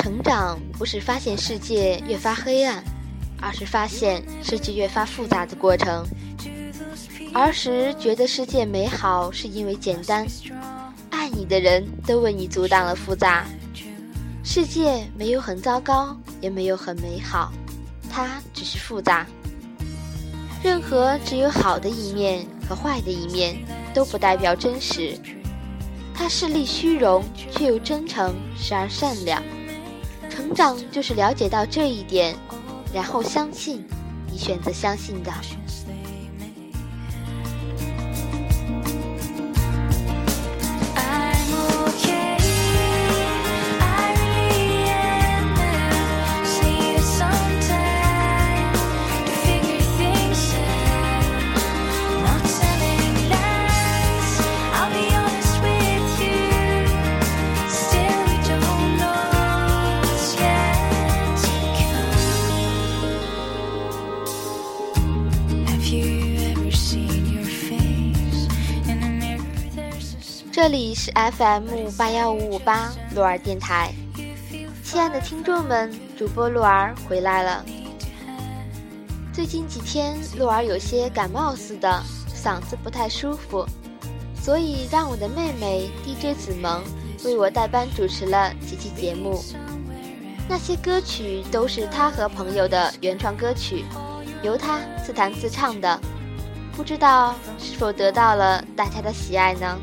成长不是发现世界越发黑暗，而是发现世界越发复杂的过程。儿时觉得世界美好是因为简单，爱你的人都为你阻挡了复杂。世界没有很糟糕，也没有很美好，它只是复杂。任何只有好的一面和坏的一面都不代表真实，它势利虚荣却又真诚，时而善良。成长就是了解到这一点，然后相信你选择相信的。这里是 FM81558鹿儿电台，亲爱的听众们，主播鹿儿回来了。最近几天鹿儿有些感冒似的，嗓子不太舒服，所以让我的妹妹 DJ 子萌为我代班主持了几期节目。那些歌曲都是她和朋友的原创歌曲，由她自弹自唱的，不知道是否得到了大家的喜爱呢？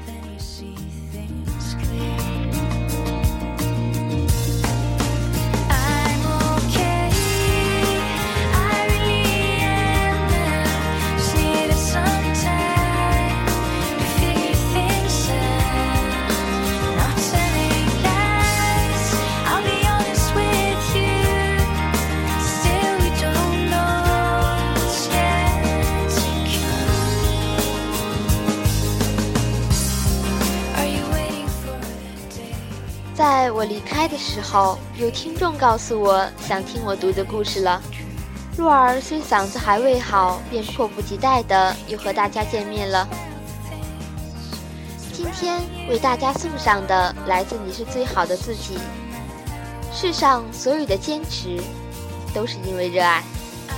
在我离开的时候，有听众告诉我想听我读的故事了。鹿儿虽嗓子还未好，便迫不及待地又和大家见面了。今天为大家送上的来自你是最好的自己。世上所有的坚持都是因为热爱。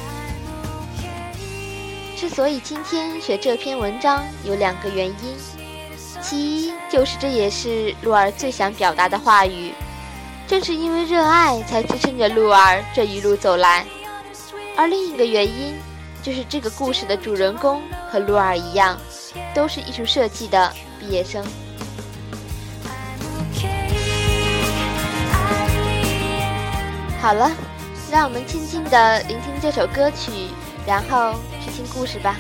之所以今天写这篇文章有2个原因，其一就是这也是鹿儿最想表达的话语，正是因为热爱才支撑着鹿儿这一路走来。而另一个原因就是这个故事的主人公和鹿儿一样，都是艺术设计的毕业生。好了，让我们静静地聆听这首歌曲，然后去听故事吧。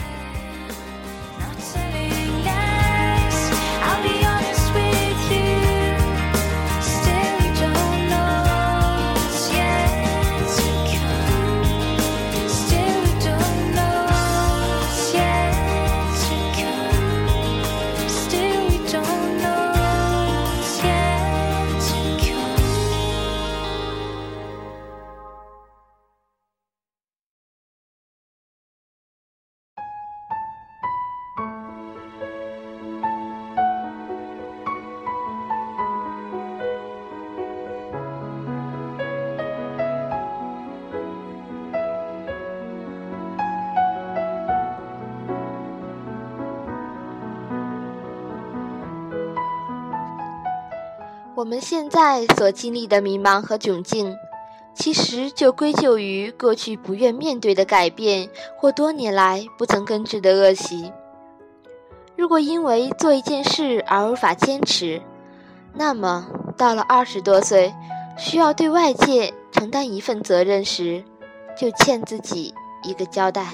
我们现在所经历的迷茫和窘境，其实就归咎于过去不愿面对的改变，或多年来不曾根治的恶习。如果因为做一件事而无法坚持，那么到了20多岁，需要对外界承担一份责任时，就欠自己一个交代。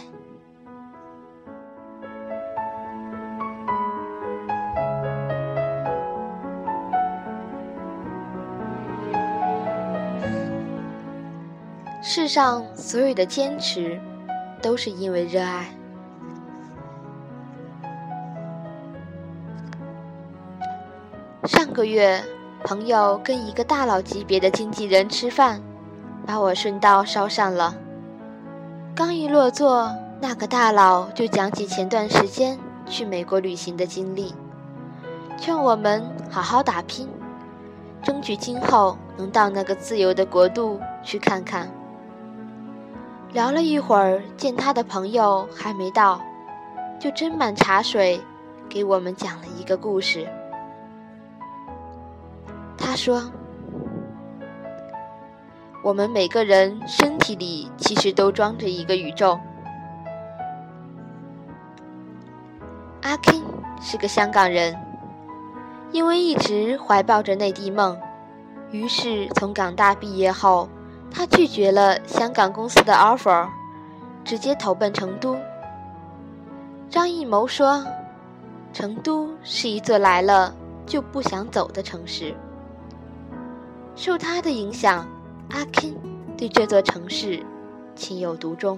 世上所有的坚持都是因为热爱。上个月，朋友跟一个大佬级别的经纪人吃饭，把我顺道捎上了。刚一落座，那个大佬就讲起前段时间去美国旅行的经历，劝我们好好打拼， 争取今后能到那个自由的国度去看看。聊了一会儿，见他的朋友还没到，就斟满茶水给我们讲了一个故事。他说，我们每个人身体里其实都装着一个宇宙。阿 King 是个香港人，因为一直怀抱着内地梦，于是从港大毕业后，他拒绝了香港公司的 offer， 直接投奔成都。张艺谋说，成都是一座来了就不想走的城市。受他的影响，阿 King 对这座城市情有独钟。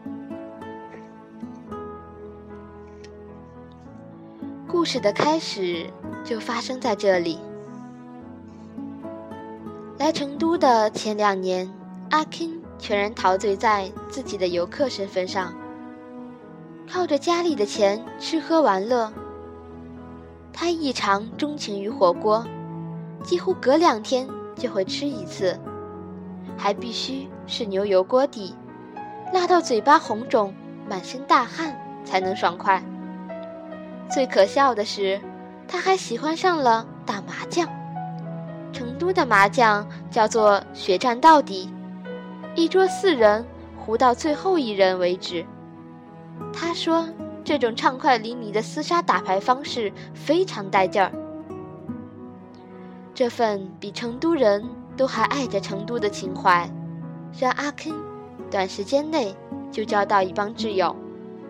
故事的开始就发生在这里。来成都的前2年，阿 King 全然陶醉在自己的游客身份上，靠着家里的钱吃喝玩乐。他异常钟情于火锅，几乎隔2天就会吃一次，还必须是牛油锅底，辣到嘴巴红肿，满身大汗才能爽快。最可笑的是，他还喜欢上了打麻将。成都的麻将叫做血战到底，一桌4人，胡到最后1人为止。他说，这种畅快淋漓的厮杀打牌方式非常带劲儿。这份比成都人都还爱着成都的情怀，让阿 King 短时间内就交到一帮挚友。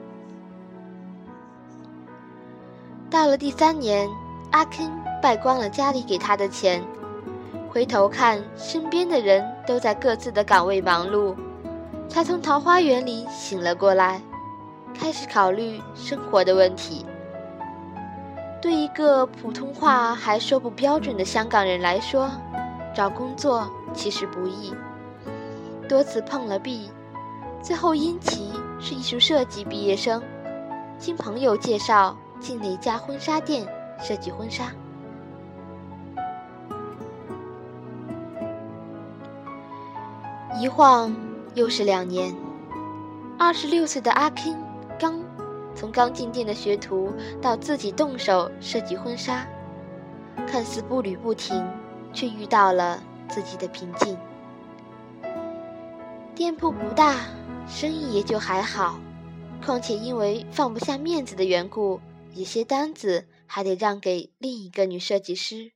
到了第3年，阿 King 败光了家里给他的钱，回头看身边的人都在各自的岗位忙碌，才从桃花源里醒了过来，开始考虑生活的问题。对一个普通话还说不标准的香港人来说，找工作其实不易，多次碰了壁，最后因其是艺术设计毕业生，经朋友介绍进了一家婚纱店设计婚纱。一晃又是2年，26岁的阿 King 从刚进店的学徒到自己动手设计婚纱，看似步履不停，却遇到了自己的瓶颈。店铺不大，生意也就还好，况且因为放不下面子的缘故，有些单子还得让给另一个女设计师。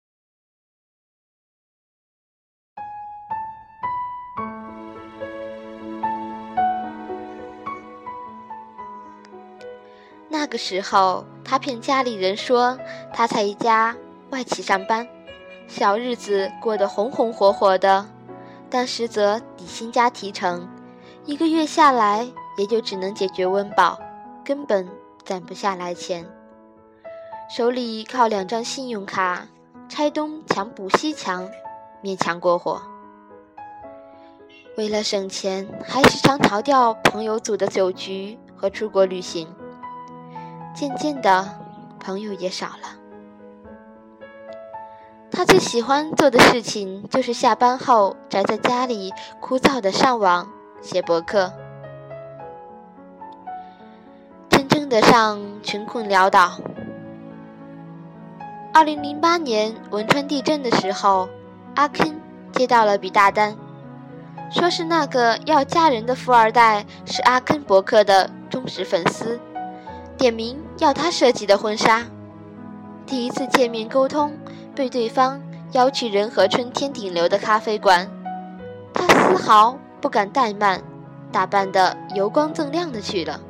那个时候，他骗家里人说他在一家外企上班，小日子过得红红火火的，但实则底薪加提成，1个月下来也就只能解决温饱，根本攒不下来钱。手里靠2张信用卡，拆东墙补西墙，勉强过活。为了省钱，还时常逃掉朋友组的酒局和出国旅行。渐渐的，朋友也少了。他最喜欢做的事情就是下班后宅在家里枯燥的上网写博客，真称得上穷困潦倒。2008年汶川地震的时候，阿 King 接到了笔大单，说是那个要嫁人的富二代是阿 King 博客的忠实粉丝，点名要他设计的婚纱。第一次见面沟通，被对方邀去仁和春天顶流的咖啡馆，他丝毫不敢怠慢，打扮得油光锃亮的去了。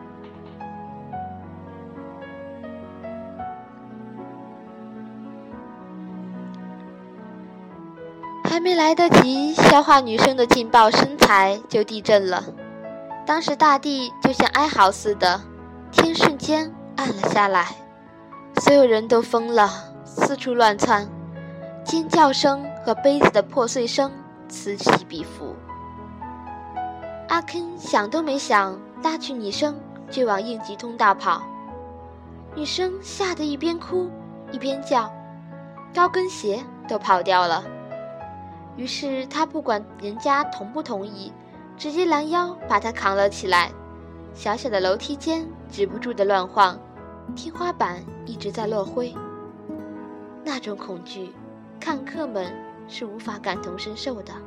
还没来得及消化女生的劲爆身材，就地震了。当时大地就像哀嚎似的，天瞬间暗了下来，所有人都疯了，四处乱窜，尖叫声和杯子的破碎声此起彼伏。阿 King 想都没想，拉起女生就往应急通道跑。女生吓得一边哭一边叫，高跟鞋都跑掉了。于是他不管人家同不同意，直接拦腰把他扛了起来。小小的楼梯间止不住的乱晃，天花板一直在落灰。那种恐惧，看客们是无法感同身受的。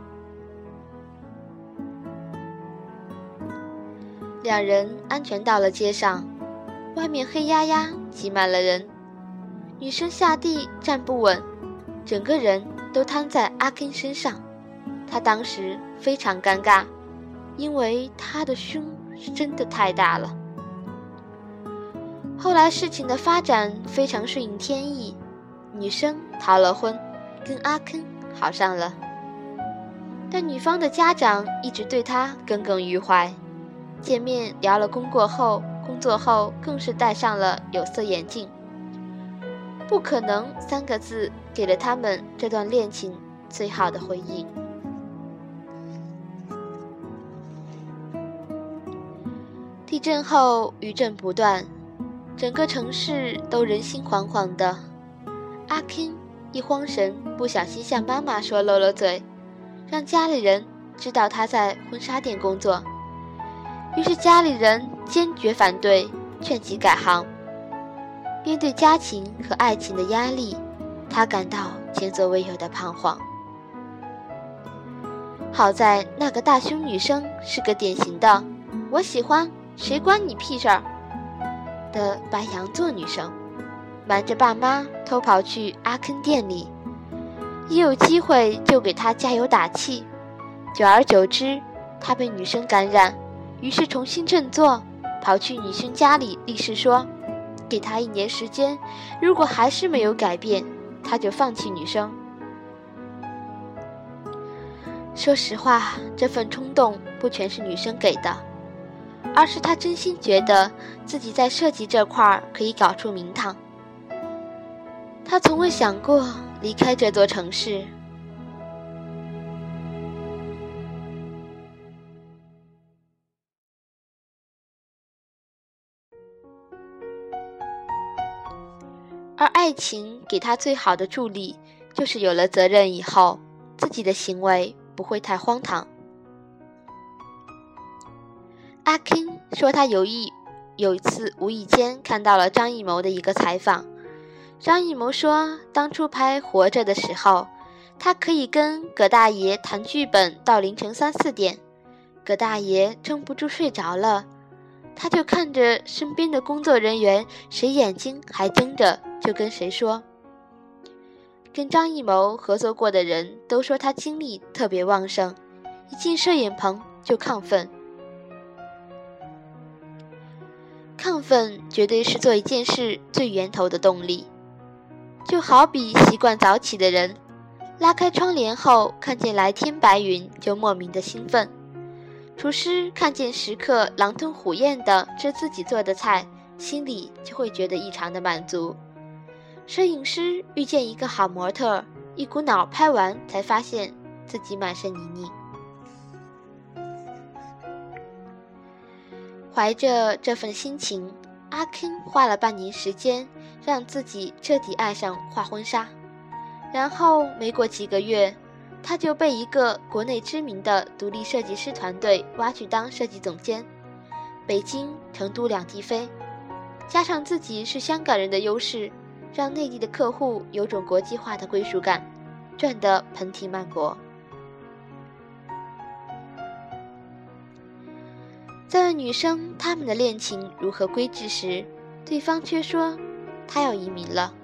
两人安全到了街上，外面黑压压挤满了人。女生下地站不稳，整个人都瘫在阿根身上。他当时非常尴尬，因为他的胸是真的太大了。后来事情的发展非常顺应天意，女生逃了婚，跟阿根好上了。但女方的家长一直对他耿耿于怀，见面聊了工作后更是戴上了有色眼镜。不可能3个字给了他们这段恋情最好的回忆。地震后余震不断，整个城市都人心惶惶的。阿 King 一慌神，不小心向妈妈说漏了嘴，让家里人知道他在婚纱店工作。于是家里人坚决反对，劝其改行。面对家庭和爱情的压力，他感到前所未有的彷徨。好在那个大胸女生是个典型的我喜欢谁关你屁事儿的白羊座女生，瞒着爸妈偷跑去阿坑店里，一有机会就给他加油打气。久而久之，他被女生感染，于是重新振作，跑去女生家里立誓说，给他1年时间，如果还是没有改变，他就放弃女生。说实话，这份冲动不全是女生给的，而是他真心觉得自己在设计这块可以搞出名堂。他从未想过离开这座城市。而爱情给他最好的助力，就是有了责任以后，自己的行为不会太荒唐。阿 King 说他有一次无意间看到了张艺谋的一个采访，张艺谋说当初拍《活着》的时候，他可以跟葛大爷谈剧本到凌晨3、4点，葛大爷撑不住睡着了，他就看着身边的工作人员谁眼睛还睁着就跟谁说。跟张艺谋合作过的人都说他精力特别旺盛，一进摄影棚就亢奋。亢奋绝对是做一件事最源头的动力，就好比习惯早起的人，拉开窗帘后看见蓝天白云就莫名的兴奋，厨师看见食客狼吞虎咽地吃自己做的菜，心里就会觉得异常的满足。摄影师遇见一个好模特，一股脑拍完才发现自己满身泥泞。怀着这份心情，阿 King 花了半年时间让自己彻底爱上画婚纱，然后没过几个月，他就被一个国内知名的独立设计师团队挖去当设计总监，北京、成都2地飞，加上自己是香港人的优势，让内地的客户有种国际化的归属感，赚得盆体满钵。在问女生他们的恋情如何规制时，对方却说他要移民了。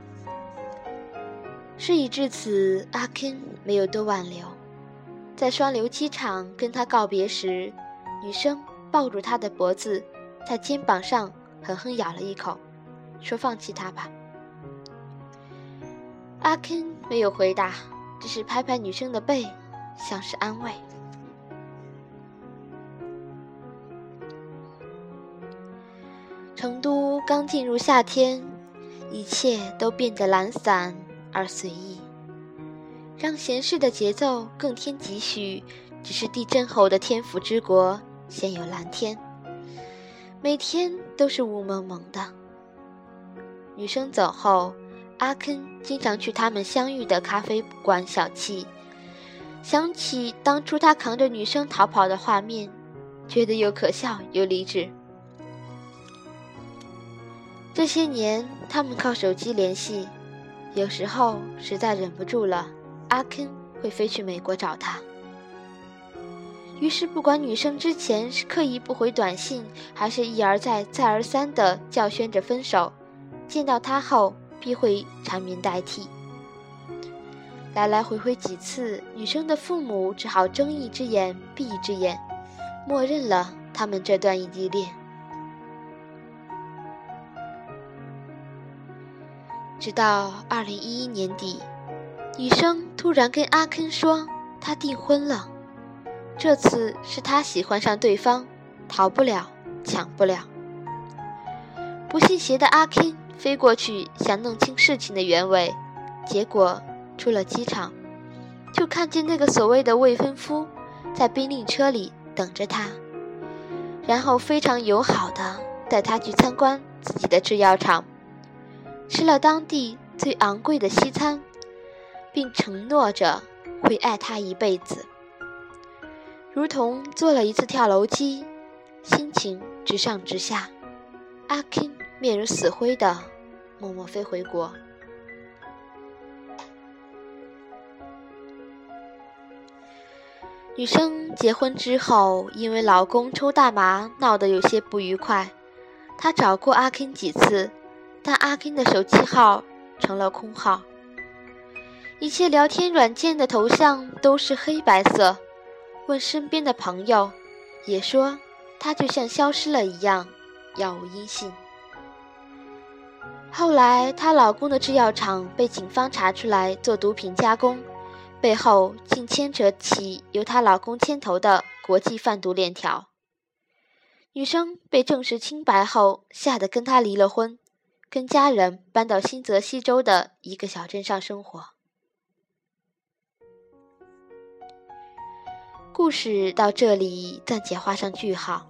事已至此，阿 King 没有多挽留。在双流机场跟他告别时，女生抱住他的脖子，在肩膀上狠狠咬了一口，说放弃他吧。阿 King 没有回答，只是拍拍女生的背，像是安慰。成都刚进入夏天，一切都变得懒散而随意，让闲适的节奏更添几许，只是地震后的天府之国现有蓝天，每天都是雾蒙蒙的。女生走后， 阿肯经常去他们相遇的咖啡馆小憩，想起当初他扛着女生逃跑的画面，觉得又可笑又励志。这些年他们靠手机联系，有时候实在忍不住了，阿肯会飞去美国找他。于是不管女生之前是刻意不回短信，还是一而再再而三地叫宣着分手，见到他后必会缠绵代替。来来回回几次，女生的父母只好睁一只眼闭一只眼，默认了他们这段异地恋。直到2011年底，女生突然跟阿肯说她订婚了，这次是她喜欢上对方，逃不了，抢不了。不信邪的阿肯飞过去想弄清事情的原委，结果出了机场，就看见那个所谓的未婚夫在宾利车里等着他，然后非常友好地带他去参观自己的制药厂，吃了当地最昂贵的西餐，并承诺着会爱他一辈子，如同坐了一次跳楼机，心情直上直下。阿肯面如死灰的默默飞回国。女生结婚之后，因为老公抽大麻闹得有些不愉快，她找过阿肯几次，但阿肯的手机号成了空号，一切聊天软件的头像都是黑白色，问身边的朋友也说他就像消失了一样，杳无音信。后来她老公的制药厂被警方查出来做毒品加工，背后竟牵扯起由她老公牵头的国际贩毒链条。女生被证实清白后，吓得跟他离了婚，跟家人搬到新泽西州的一个小镇上生活。故事到这里暂且画上句号。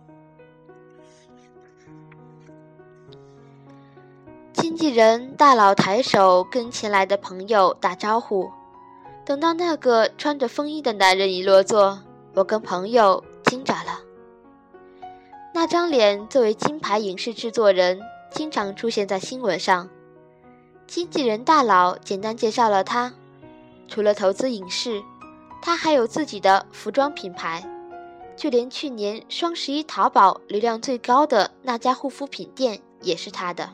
经纪人大佬抬手跟前来的朋友打招呼，等到那个穿着风衣的男人一落座，我跟朋友惊着了。那张脸作为金牌影视制作人，经常出现在新闻上。经纪人大佬简单介绍了他，除了投资影视，他还有自己的服装品牌，就连去年双11淘宝流量最高的那家护肤品店也是他的。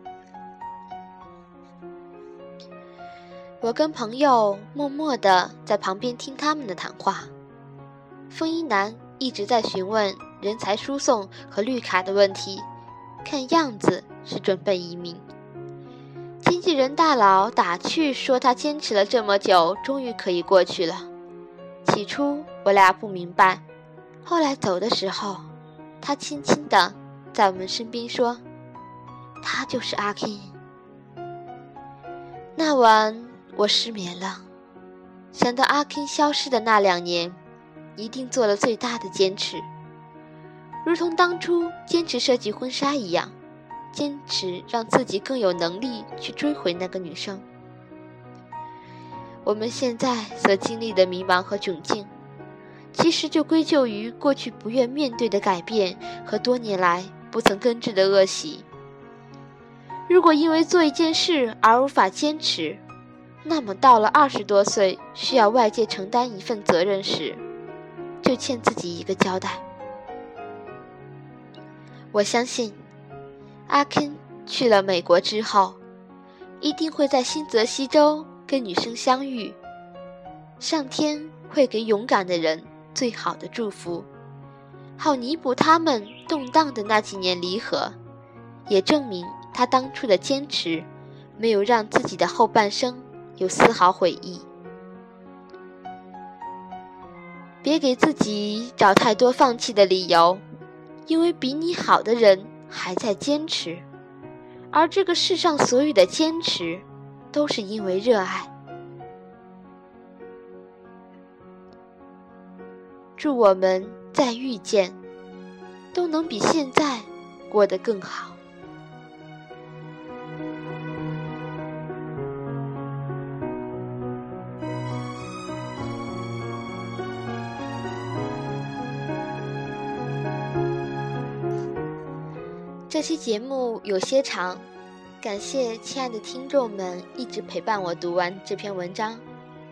我跟朋友默默地在旁边听他们的谈话。风衣男一直在询问人才输送和绿卡的问题，看样子是准备移民。经纪人大佬打趣说他坚持了这么久，终于可以过去了。起初我俩不明白，后来走的时候，他轻轻地在我们身边说，他就是阿肯。那晚我失眠了，想到阿肯消失的那2年，一定做了最大的坚持，如同当初坚持设计婚纱一样，坚持让自己更有能力去追回那个女生。我们现在所经历的迷茫和窘境，其实就归咎于过去不愿面对的改变和多年来不曾根治的恶习。如果因为做一件事而无法坚持，那么到了20多岁需要外界承担一份责任时，就欠自己一个交代。我相信阿肯去了美国之后，一定会在新泽西州跟女生相遇，上天会给勇敢的人最好的祝福，好弥补他们动荡的那几年离合，也证明他当初的坚持没有让自己的后半生有丝毫悔意。别给自己找太多放弃的理由，因为比你好的人还在坚持，而这个世上所有的坚持都是因为热爱。祝我们再遇见，都能比现在过得更好。 这期节目有些长，感谢亲爱的听众们一直陪伴我读完这篇文章。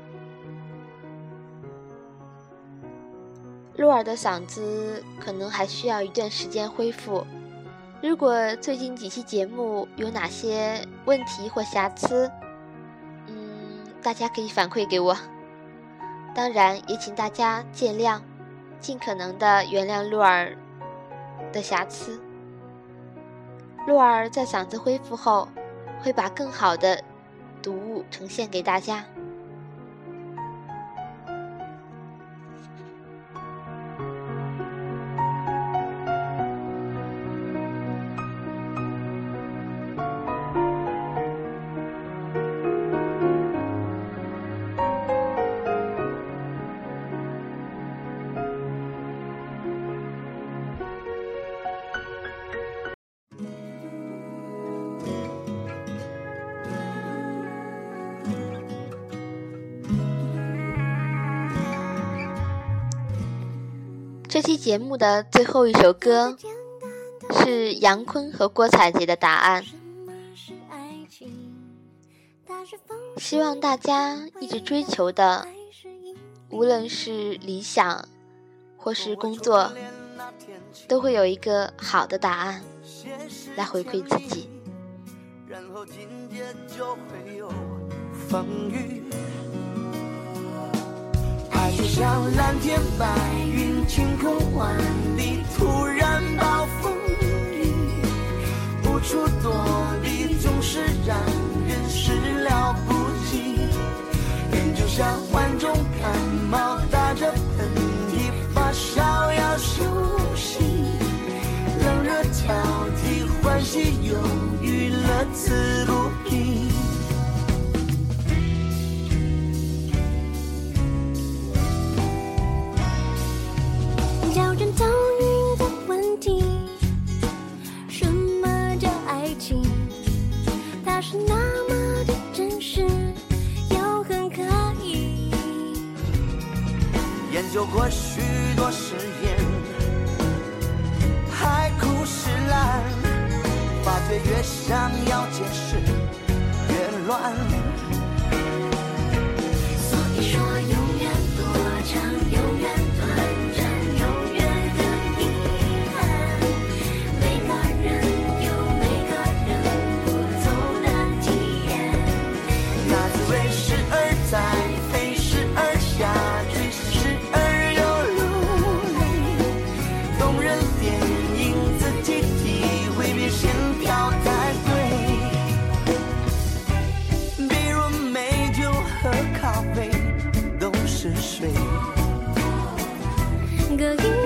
鹿儿的嗓子可能还需要一段时间恢复，如果最近几期节目有哪些问题或瑕疵，大家可以反馈给我。当然也请大家见谅，尽可能的原谅鹿儿的瑕疵。鹿儿在嗓子恢复后，会把更好的读物呈现给大家。这期节目的最后一首歌是杨坤和郭采洁的《答案》，希望大家一直追求的，无论是理想或是工作，都会有一个好的答案来回馈自己。然后今天就会有风雨，爱就像蓝天白云，晴空万里，突然暴风雨，无处躲避，总是让人始料不及。人就像患重感冒，打着喷嚏，发烧要休息，冷热交替，欢喜忧郁，乐此不疲。叫人头晕的问题，什么叫爱情？它是那么的真实，又很可疑。研究过许多实验，海枯石烂，发觉越想要解释越乱。所以说永远多长，永远短暂，隔音